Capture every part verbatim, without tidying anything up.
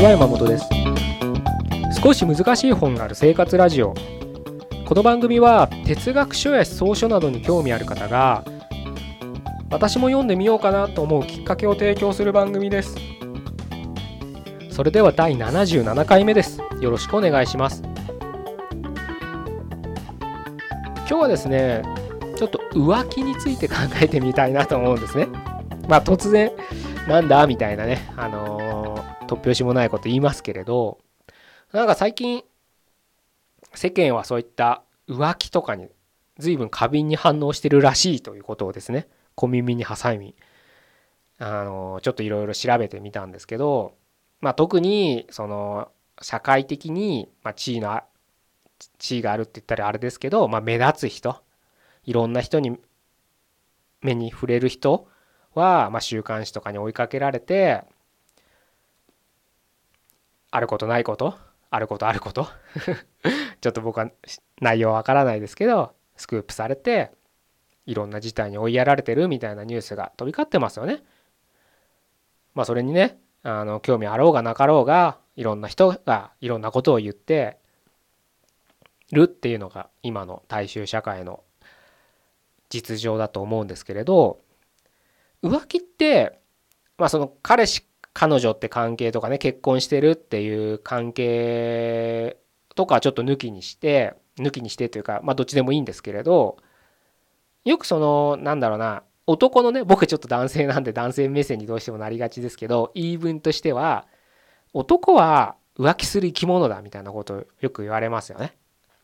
ちは、山本です。少し難しい本がある生活ラジオ。この番組は哲学書や思想書などに興味ある方が、私も読んでみようかなと思うきっかけを提供する番組です。それではだいななじゅうななかいめです。よろしくお願いします。今日はですね、ちょっと浮気について考えてみたいなと思うんですね。まあ突然なんだみたいなね、あのー、突拍子もないこと言いますけれど、なんか最近世間はそういった浮気とかに随分過敏に反応してるらしいということをですね、小耳に挟み、あのー、ちょっといろいろ調べてみたんですけど、まあ特にその社会的にまあ地位の地位があるって言ったらあれですけど、まあ目立つ人、いろんな人に目に触れる人は、まあ、週刊誌とかに追いかけられて、あることないこと、あることあることちょっと僕は内容わからないですけど、スクープされて、いろんな事態に追いやられてるみたいなニュースが飛び交ってますよね。まあそれにね、あの興味あろうがなかろうが、いろんな人がいろんなことを言ってるっていうのが今の大衆社会の実情だと思うんですけれど、浮気って、まあその彼氏彼女って関係とかね、結婚してるっていう関係とかちょっと抜きにして抜きにしてというか、まあどっちでもいいんですけれど、よくそのなんだろうな、男のね、僕ちょっと男性なんで男性目線にどうしてもなりがちですけど、言い分としては男は浮気する生き物だみたいなことをよく言われますよね。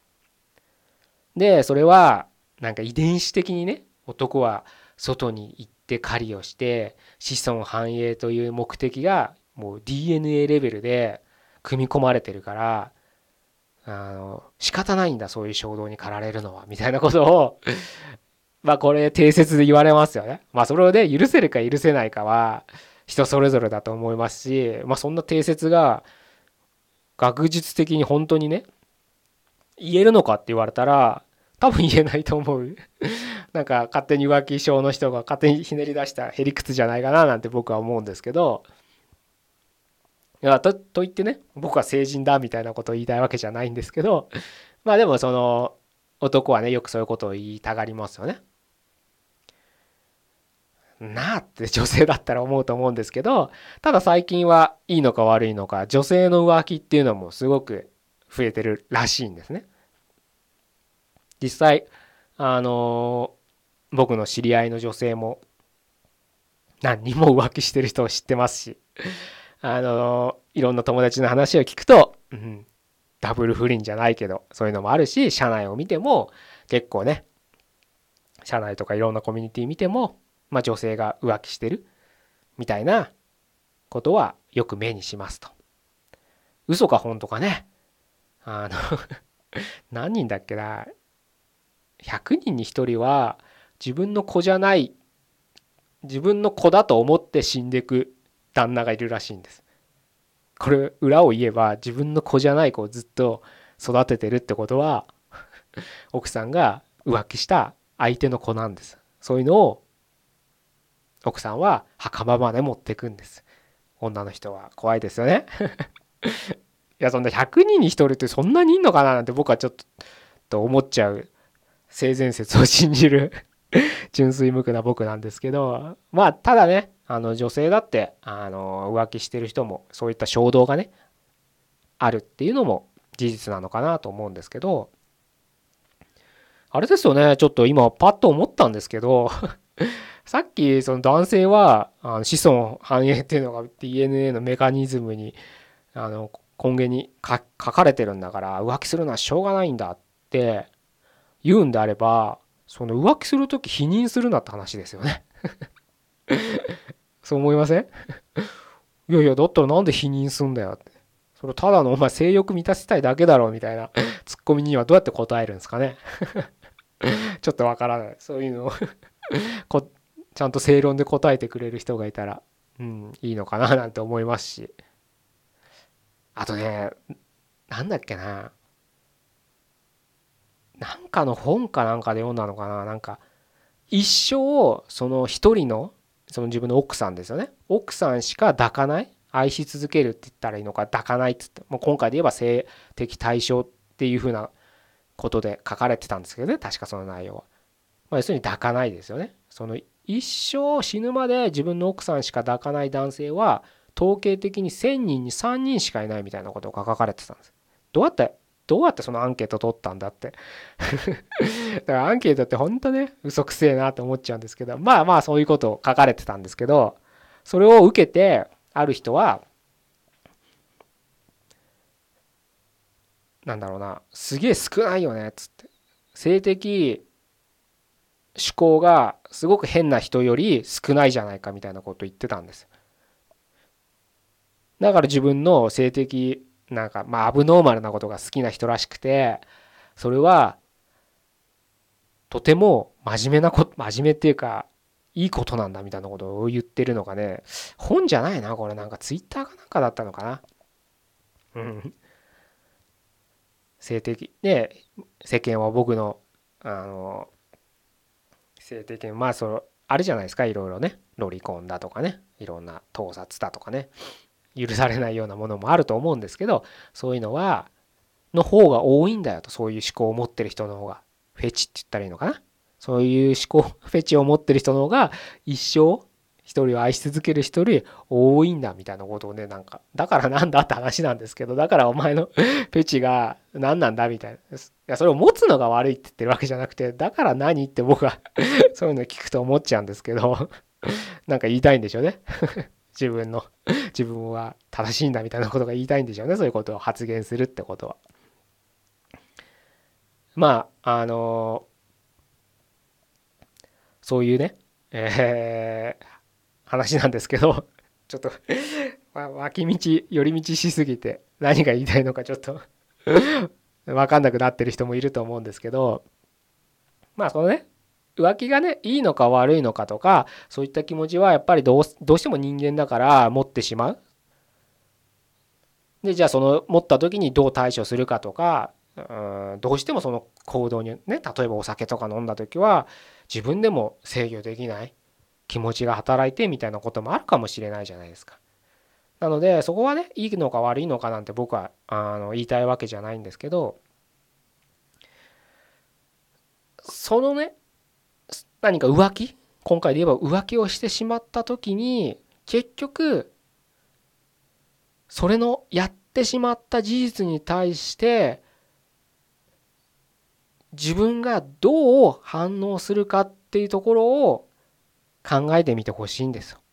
でそれはなんか遺伝子的にね、男は外に行って狩りをして子孫繁栄という目的がもう ディーエヌエー レベルで組み込まれてるから、あの仕方ないんだ、そういう衝動に駆られるのはみたいなことをまあこれ定説で言われますよね。まあそれで許せるか許せないかは人それぞれだと思いますし、まあそんな定説が学術的に本当にね言えるのかって言われたら多分言えないと思うなんか勝手に浮気症の人が勝手にひねり出したへりくつじゃないかななんて僕は思うんですけど、いや と, と言ってね、僕は成人だみたいなことを言いたいわけじゃないんですけど、まあでもその男はねよくそういうことを言いたがりますよね。なあって女性だったら思うと思うんですけど、ただ最近はいいのか悪いのか、女性の浮気っていうのもすごく増えてるらしいんですね。実際あの僕の知り合いの女性も何人も浮気してる人を知ってますし、あのいろんな友達の話を聞くと、うん、ダブル不倫じゃないけどそういうのもあるし、社内を見ても結構ね、社内とかいろんなコミュニティ見ても、まあ、女性が浮気してるみたいなことはよく目にしますと。嘘か本とかね、あの何人だっけな、ひゃくにんにひとりは自分の子じゃない、自分の子だと思って死んでいく旦那がいるらしいんです。これ裏を言えば自分の子じゃない子をずっと育ててるってことは奥さんが浮気した相手の子なんです。そういうのを奥さんは墓場まで持ってくんです。女の人は怖いですよねいやそんなひゃくにんにひとりってそんなにいんのかななんて僕はちょっと思っちゃう性善説を信じる純粋無垢な僕なんですけど、まあただね、あの女性だってあの浮気してる人もそういった衝動がねあるっていうのも事実なのかなと思うんですけど、あれですよね、ちょっと今パッと思ったんですけどさっきその男性はあの子孫繁栄っていうのが ディーエヌエー のメカニズムにあの根源に書かれてるんだから浮気するのはしょうがないんだって言うんであれば、その浮気するとき否認するなって話ですよねそう思いませんいやいやだったらなんで否認すんだよって、それただのお前性欲満たしたいだけだろみたいなツッコミにはどうやって答えるんですかねちょっとわからない、そういうのをこちゃんと正論で答えてくれる人がいたら、うん、いいのかななんて思いますし、あとね、なんだっけな、なんかの本かなんかで読んだのかな、なんか一生その一人のその自分の奥さんですよね、奥さんしか抱かない愛し続けるって言ったらいいのか、抱かないって言って、もう今回で言えば性的対象っていうふうなことで書かれてたんですけどね、確かその内容は。まあ、要するに抱かないですよね。その一生死ぬまで自分の奥さんしか抱かない男性は統計的にせんにんにさんにんしかいないみたいなことが書かれてたんです。どうやってどうやってそのアンケート取ったんだってだからアンケートって本当ね嘘くせえなと思っちゃうんですけど、まあまあそういうことを書かれてたんですけど、それを受けてある人はなんだろうな、すげえ少ないよねっつって、性的思考がすごく変な人より少ないじゃないかみたいなことを言ってたんです。だから自分の性的なんかまあアブノーマルなことが好きな人らしくて、それはとても真面目なこと、真面目っていうかいいことなんだみたいなことを言ってるのがね、本じゃないなこれ、なんかツイッターかなんかだったのかな。うん。性的で世間は僕のあの性的まあそのあるじゃないですか、いろいろね、ロリコンだとかね、いろんな盗撮だとかね、許されないようなものもあると思うんですけど、そういうのはの方が多いんだよと。そういう思考を持ってる人の方が、フェチって言ったらいいのかな、そういう思考フェチを持ってる人の方が一生一人を愛し続ける人より多いんだみたいなことをね、なんかだからなんだって話なんですけど、だからお前のフェチが何なんだみたいな、いやそれを持つのが悪いって言ってるわけじゃなくて、だから何って僕はそういうの聞くと思っちゃうんですけどなんか言いたいんでしょうね自分の自分は正しいんだみたいなことが言いたいんでしょうね、そういうことを発言するってことは。まああのそういうね、えー話なんですけど、ちょっと脇道寄り道しすぎて何が言いたいのかちょっと分かんなくなってる人もいると思うんですけど、まあそのね、浮気がねいいのか悪いのかとかそういった気持ちはやっぱりどうどうしても人間だから持ってしまう。でじゃあその持った時にどう対処するかとか、うんどうしてもその行動にね、例えばお酒とか飲んだ時は自分でも制御できない気持ちが働いてみたいなこともあるかもしれないじゃないですか。なのでそこはねいいのか悪いのかなんて僕はあの言いたいわけじゃないんですけど、そのね何か浮気、今回で言えば浮気をしてしまった時に結局それのやってしまった事実に対して自分がどう反応するかっていうところを考えてみてほしいんですよ。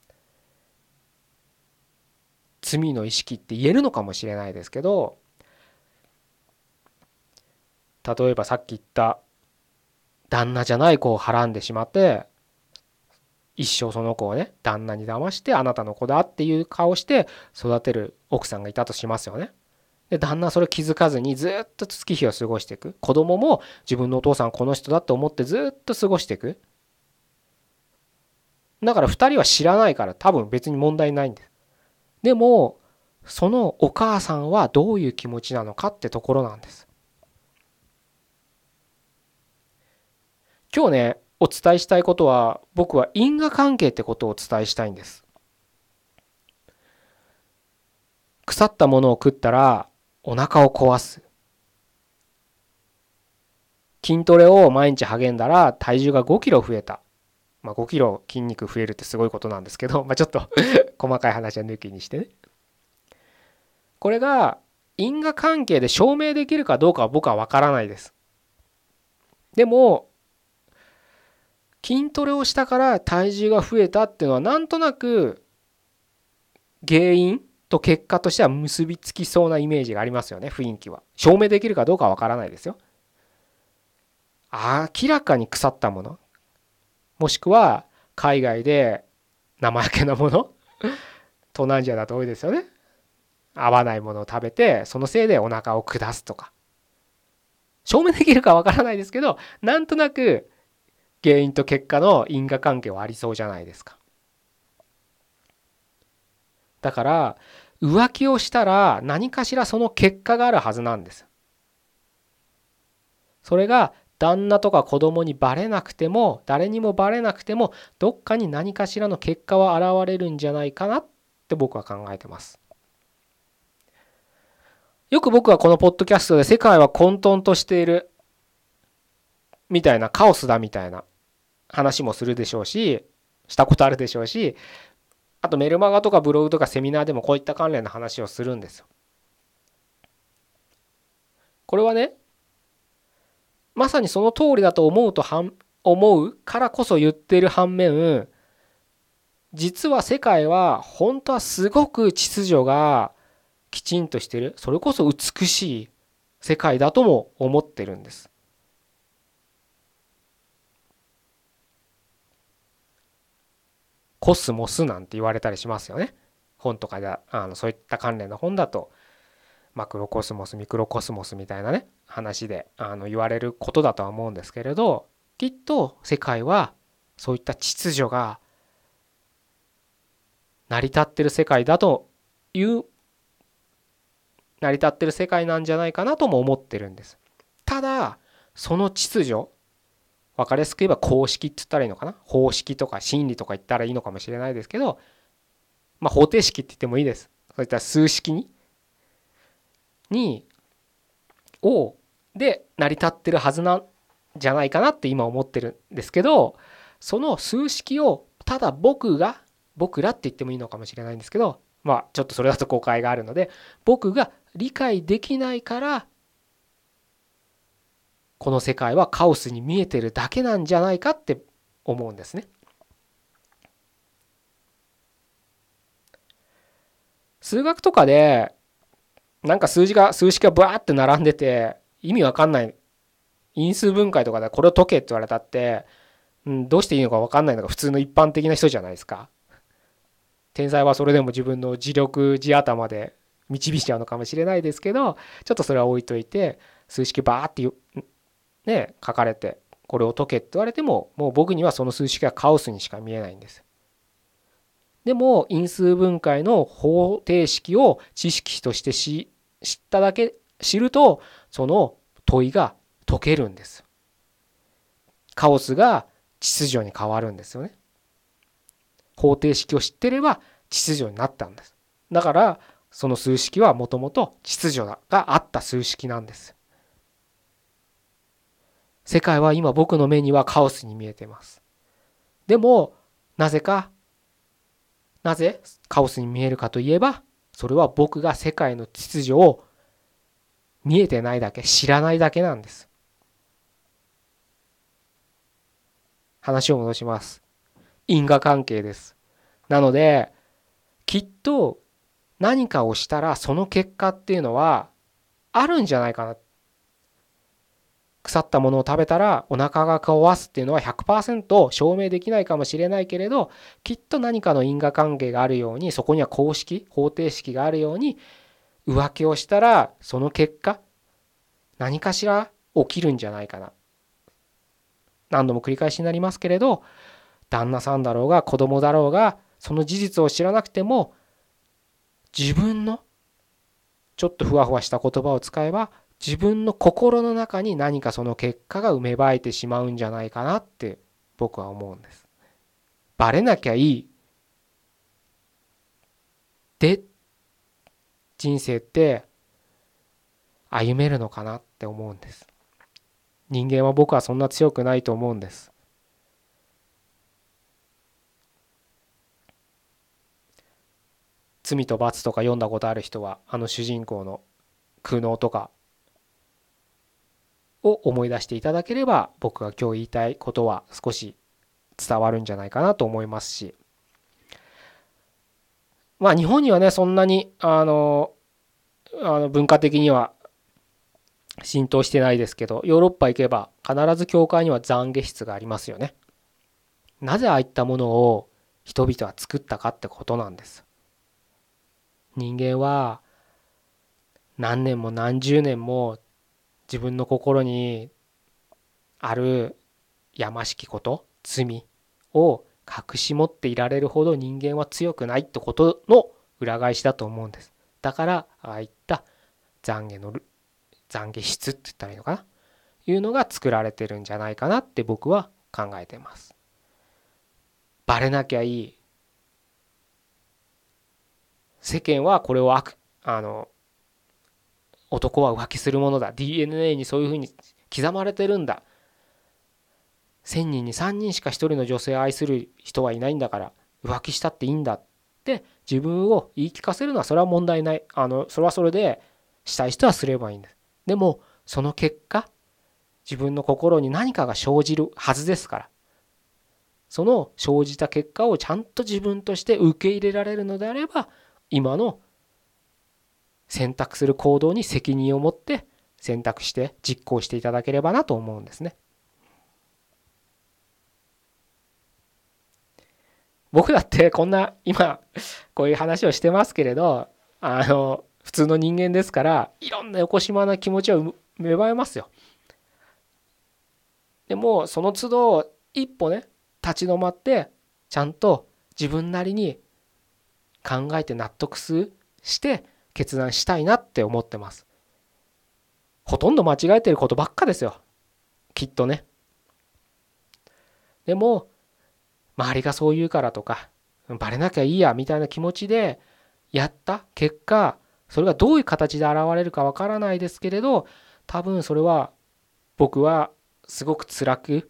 罪の意識って言えるのかもしれないですけど、例えばさっき言った旦那じゃない子をはらんでしまって一生その子をね旦那に騙してあなたの子だっていう顔して育てる奥さんがいたとしますよね。で旦那はそれ気づかずにずっと月日を過ごしていく、子供も自分のお父さんこの人だと思ってずっと過ごしていく。だからふたりは知らないから多分別に問題ないんです。でもそのお母さんはどういう気持ちなのかってところなんです。今日ねお伝えしたいことは、僕は因果関係ってことをお伝えしたいんです。腐ったものを食ったらお腹を壊す。筋トレを毎日励んだら体重がごキロ増えた。まあごキロ筋肉増えるってすごいことなんですけど、まあちょっと細かい話は抜きにしてね。これが因果関係で証明できるかどうかは僕は分からないです。でも筋トレをしたから体重が増えたっていうのはなんとなく原因と結果としては結びつきそうなイメージがありますよね。雰囲気は証明できるかどうかは分からないですよ。明らかに腐ったもの、もしくは海外で生焼けなもの東南アジアだと多いですよね。合わないものを食べてそのせいでお腹を下すとか、証明できるかわからないですけどなんとなく原因と結果の因果関係はありそうじゃないですか。だから浮気をしたら何かしらその結果があるはずなんです。それが旦那とか子供にバレなくても誰にもバレなくてもどっかに何かしらの結果は現れるんじゃないかなっって僕は考えてます。よく僕はこのポッドキャストで世界は混沌としているみたいな、カオスだみたいな話もするでしょうし、したことあるでしょうし、あとメルマガとかブログとかセミナーでもこういった関連の話をするんですよ。これはね、まさにその通りだと思うと思うからこそ言っている反面、実は世界は本当はすごく秩序がきちんとしている、それこそ美しい世界だとも思ってるんです。コスモスなんて言われたりしますよね。本とかで、あのそういった関連の本だとマクロコスモスミクロコスモスみたいなね話であの言われることだとは思うんですけれど、きっと世界はそういった秩序が成り立ってる世界だという成り立ってる世界なんじゃないかなとも思ってるんです。ただその秩序、分かりやすく言えば公式って言ったらいいのかな、方式とか真理とか言ったらいいのかもしれないですけど、まあ方程式って言ってもいいです。そういった数式ににをで成り立ってるはずなんじゃないかなって今思ってるんですけど、その数式をただ僕が僕らって言ってもいいのかもしれないんですけど、まあちょっとそれだと誤解があるので、僕が理解できないからこの世界はカオスに見えてるだけなんじゃないかって思うんですね。数学とかでなんか数字が数式がバーって並んでて意味わかんない、因数分解とかでこれを解けって言われたって、うん、どうしていいのかわかんないのが普通の一般的な人じゃないですか。天才はそれでも自分の自力自頭で導いちゃうのかもしれないですけど、ちょっとそれは置いといて、数式バーってね書かれてこれを解けって言われても、もう僕にはその数式がカオスにしか見えないんです。でも因数分解の方程式を知識として知っただけ知ると、その問いが解けるんです。カオスが秩序に変わるんですよね。方程式を知ってれば秩序になったんです。だからその数式はもともと秩序があった数式なんです。世界は今僕の目にはカオスに見えています。でもなぜかなぜカオスに見えるかといえば、それは僕が世界の秩序を見えてないだけ、知らないだけなんです。話を戻します。因果関係です。なのできっと何かをしたらその結果っていうのはあるんじゃないかな。腐ったものを食べたらお腹が壊すっていうのは ひゃくパーセント 証明できないかもしれないけれど、きっと何かの因果関係があるように、そこには公式方程式があるように、浮気をしたらその結果何かしら起きるんじゃないかな。何度も繰り返しになりますけれど、旦那さんだろうが子供だろうがその事実を知らなくても、自分のちょっとふわふわした言葉を使えば自分の心の中に何かその結果が芽生えてしまうんじゃないかなって僕は思うんです。バレなきゃいいで人生って歩めるのかなって思うんです。人間は僕はそんな強くないと思うんです。罪と罰とか読んだことある人はあの主人公の苦悩とかを思い出していただければ、僕が今日言いたいことは少し伝わるんじゃないかなと思いますし、まあ日本にはねそんなにあのあの文化的には浸透してないですけど、ヨーロッパ行けば必ず教会には懺悔室がありますよね。なぜああいったものを人々は作ったかってことなんです。人間は何年も何十年も自分の心にあるやましきこと、罪を隠し持っていられるほど人間は強くないってことの裏返しだと思うんです。だからああいった懺悔の懺悔室って言ったらいいのかな、いうのが作られてるんじゃないかなって僕は考えてます。バレなきゃいい世間はこれを悪あの男は浮気するものだ、 ディーエヌエー にそういうふうに刻まれてるんだ、せんにんにさんにんしかひとりの女性を愛する人はいないんだから浮気したっていいんだって自分を言い聞かせるのはそれは問題ない。あのそれはそれでしたい人はすればいいんです。でもその結果自分の心に何かが生じるはずですから、その生じた結果をちゃんと自分として受け入れられるのであれば、今の選択する行動に責任を持って選択して実行していただければなと思うんですね。僕だってこんな今こういう話をしてますけれど、あの普通の人間ですから、いろんなよこしまな気持ちは芽生えますよ。でもその都度一歩ね立ち止まってちゃんと自分なりに考えて納得すして決断したいなって思ってます。ほとんど間違えてることばっかですよ、きっとね。でも周りがそう言うからとかバレなきゃいいやみたいな気持ちでやった結果、それがどういう形で現れるかわからないですけれど、多分それは僕はすごく辛く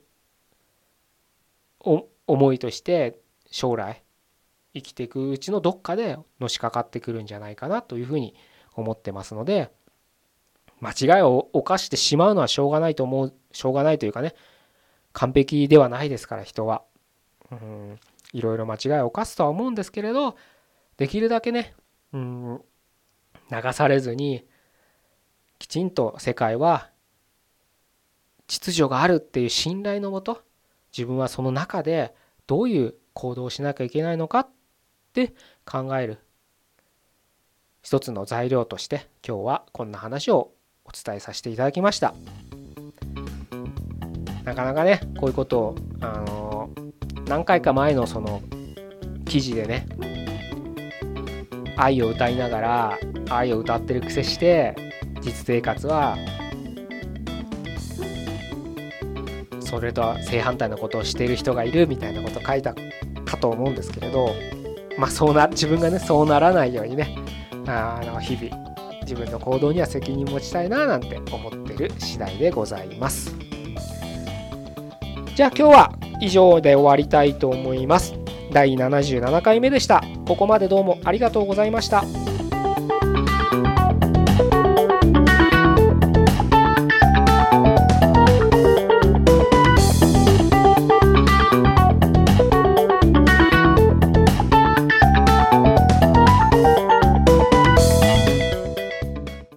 思いとして将来生きていくうちのどっかでのしかかってくるんじゃないかなというふうに思ってますので、間違いを犯してしまうのはしょうがないと思うしょうがないというかね、完璧ではないですから人は。うん、いろいろ間違いを犯すとは思うんですけれど、できるだけね、うん、流されずにきちんと世界は秩序があるっていう信頼のもと、自分はその中でどういう行動をしなきゃいけないのかって考える一つの材料として今日はこんな話をお伝えさせていただきました。なかなかねこういうことをあの何回か前のその記事でね、愛を歌いながら愛を歌ってる癖して実生活はそれと正反対のことをしている人がいるみたいなことを書いたかと思うんですけれど、まあそうな自分がねそうならないようにね、あの日々自分の行動には責任持ちたいななんて思ってる次第でございます。じゃあ今日は以上で終わりたいと思います。だいななじゅうななかいめでした。ここまでどうもありがとうございました。